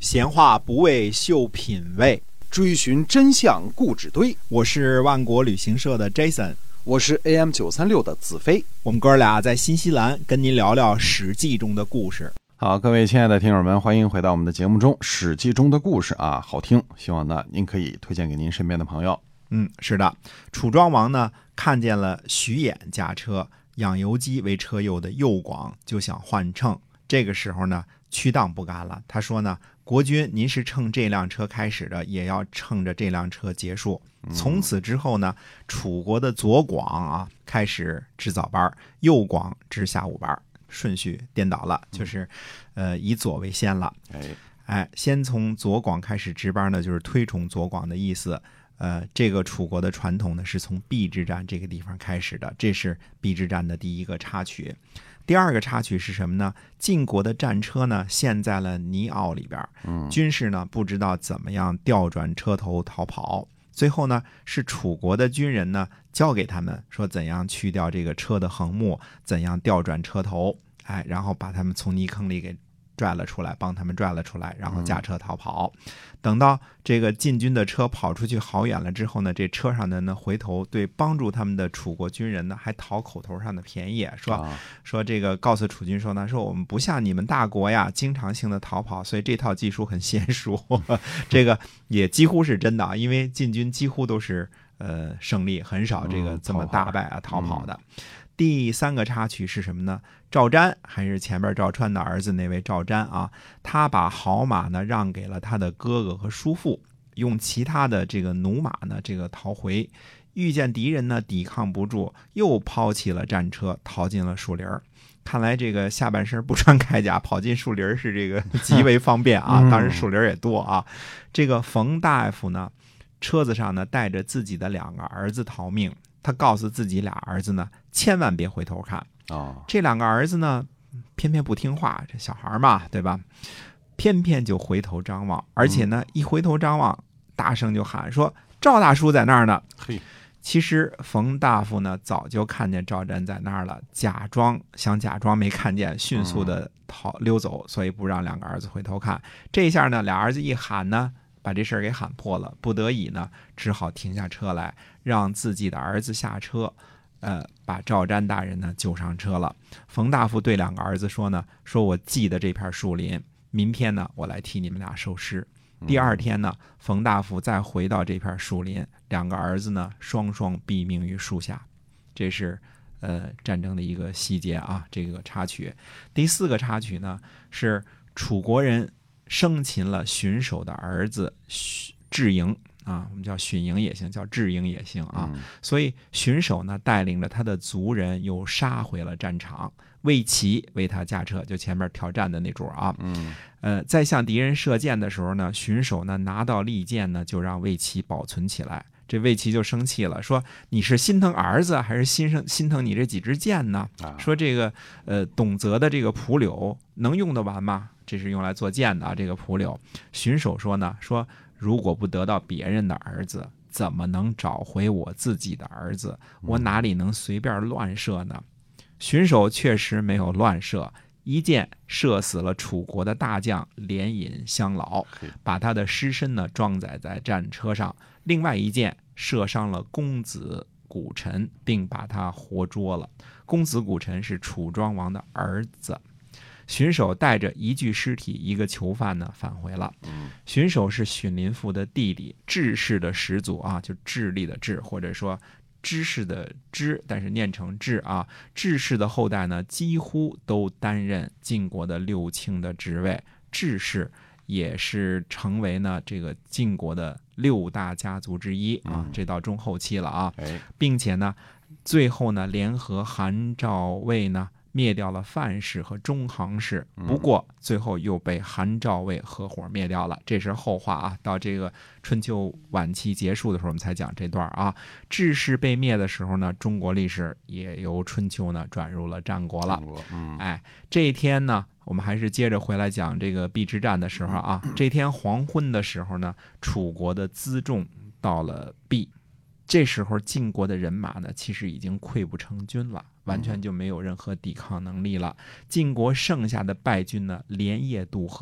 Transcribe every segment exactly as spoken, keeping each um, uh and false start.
闲话不为秀品味， 追寻真相故纸堆。 我是万国旅行社的 Jason， 我是 A M 九三六 的子飞。 我们哥俩在新西兰跟您聊聊史记中的故事。 好，各位亲爱的听友们，欢迎回到我们的节目中。史记中的故事啊，好听，希望呢您可以推荐给您身边的朋友。 嗯，是的，楚庄王呢看见了徐偃驾车，养由基为车右的右广就想换乘。这个时候呢，屈当不干了，他说呢，国君您是乘这辆车开始的，也要乘着这辆车结束。从此之后呢，楚国的左广啊开始值早班，右广值下午班，顺序颠倒了，就是呃以左为先了。 哎哎，先从左广开始值班呢，就是推崇左广的意思。呃，这个楚国的传统呢，是从邲之战这个地方开始的，这是邲之战的第一个插曲。第二个插曲是什么呢？晋国的战车呢陷在了泥坳里边，军士呢不知道怎么样调转车头逃跑。最后呢，是楚国的军人呢教给他们说怎样去掉这个车的横木，怎样调转车头，哎，然后把他们从泥坑里给拽了出来，帮他们拽了出来，然后驾车逃跑。嗯、等到这个晋军的车跑出去好远了之后呢，这车上的呢回头对帮助他们的楚国军人呢还讨口头上的便宜，说、啊、说这个告诉楚军说呢，说我们不像你们大国呀，经常性的逃跑，所以这套技术很娴熟。这个也几乎是真的，因为晋军几乎都是呃胜利，很少这个这么大败啊、嗯、逃跑的。嗯第三个插曲是什么呢？赵瞻，还是前边赵川的儿子那位赵瞻啊，他把好马呢让给了他的哥哥和叔父，用其他的这个驽马呢这个逃回，遇见敌人呢抵抗不住，又抛弃了战车，逃进了树林。看来这个下半身不穿铠甲跑进树林是这个极为方便啊，当然树林也多啊。这个冯大夫呢，车子上呢带着自己的两个儿子逃命。他告诉自己俩儿子呢，千万别回头看。 哦， 这两个儿子呢，偏偏不听话，这小孩嘛，对吧？偏偏就回头张望，而且呢，一回头张望，大声就喊说：“赵大叔在那儿呢。” 嘿， 其实冯大夫呢，早就看见赵瞻在那儿了，假装想假装没看见，迅速的逃溜走，所以不让两个儿子回头看。这一下呢，俩儿子一喊呢，把这事儿给喊破了，不得已呢，只好停下车来，让自己的儿子下车，呃，把赵瞻大人呢救上车了。冯大夫对两个儿子说呢，说我记得这片树林，明天呢，我来替你们俩收尸。第二天呢，冯大夫再回到这片树林，两个儿子呢，双双毙命于树下。这是呃战争的一个细节啊，这个插曲。第四个插曲呢，是楚国人生擒了荀守的儿子智营啊，我们叫荀营也行，叫智营也行啊。嗯、所以荀守呢带领着他的族人又杀回了战场，魏齐为他驾车，就前面挑战的那主啊。 嗯， 呃，在向敌人射箭的时候呢，荀守呢拿到利箭呢，就让魏齐保存起来。这魏齐就生气了，说你是心疼儿子还是心生心疼你这几支箭呢？说这个呃董泽的这个蒲柳能用得完吗？这是用来做箭的啊，这个蒲柳。荀守说呢，说如果不得到别人的儿子，怎么能找回我自己的儿子？我哪里能随便乱射呢？荀守确实没有乱射，一箭射死了楚国的大将连尹相老，把他的尸身呢装载在战车上。另外一箭射伤了公子古臣，并把他活捉了。公子古臣是楚庄王的儿子。荀守带着一具尸体一个囚犯呢返回了。荀守是荀林父的弟弟，智氏的始祖啊，就智力的智，或者说知识的知，但是念成智啊。智氏的后代呢，几乎都担任晋国的六卿的职位。智氏也是成为呢这个晋国的六大家族之一啊，这到中后期了啊，并且呢，最后呢联合韩赵魏呢灭掉了范氏和中行氏，不过最后又被韩赵魏合伙灭掉了，这是后话啊。到这个春秋晚期结束的时候，我们才讲这段啊。智氏被灭的时候呢，中国历史也由春秋呢转入了战国了。 嗯， 哎，这一天呢，我们还是接着回来讲这个邲之战的时候啊。这天黄昏的时候呢，楚国的辎重到了邲。这时候晋国的人马呢，其实已经溃不成军了，完全就没有任何抵抗能力了。晋国剩下的败军呢，连夜渡河，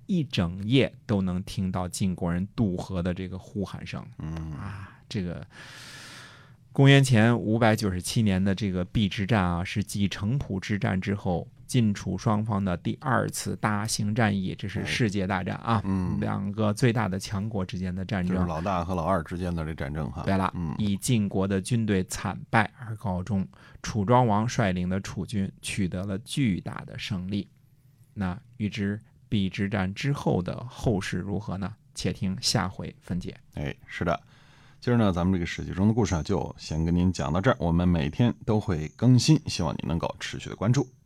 一整夜都能听到晋国人渡河的这个呼喊声。 嗯啊，这个公元前五百九十七年的这个邲之战啊，是继城濮之战之后晋楚双方的第二次大型战役，这是世界大战啊， 嗯， 两个最大的强国之间的战争， 就是老大和老二之间的这战争哈。 对了， 嗯， 以晋国的军队惨败而告终，楚庄王率领的楚军取得了巨大的胜利。那预知邲之战之后的后事如何呢？且听下回分解。 哎，是的。今儿呢，咱们这个史记中的故事啊，就先跟您讲到这儿。我们每天都会更新，希望您能够持续的关注。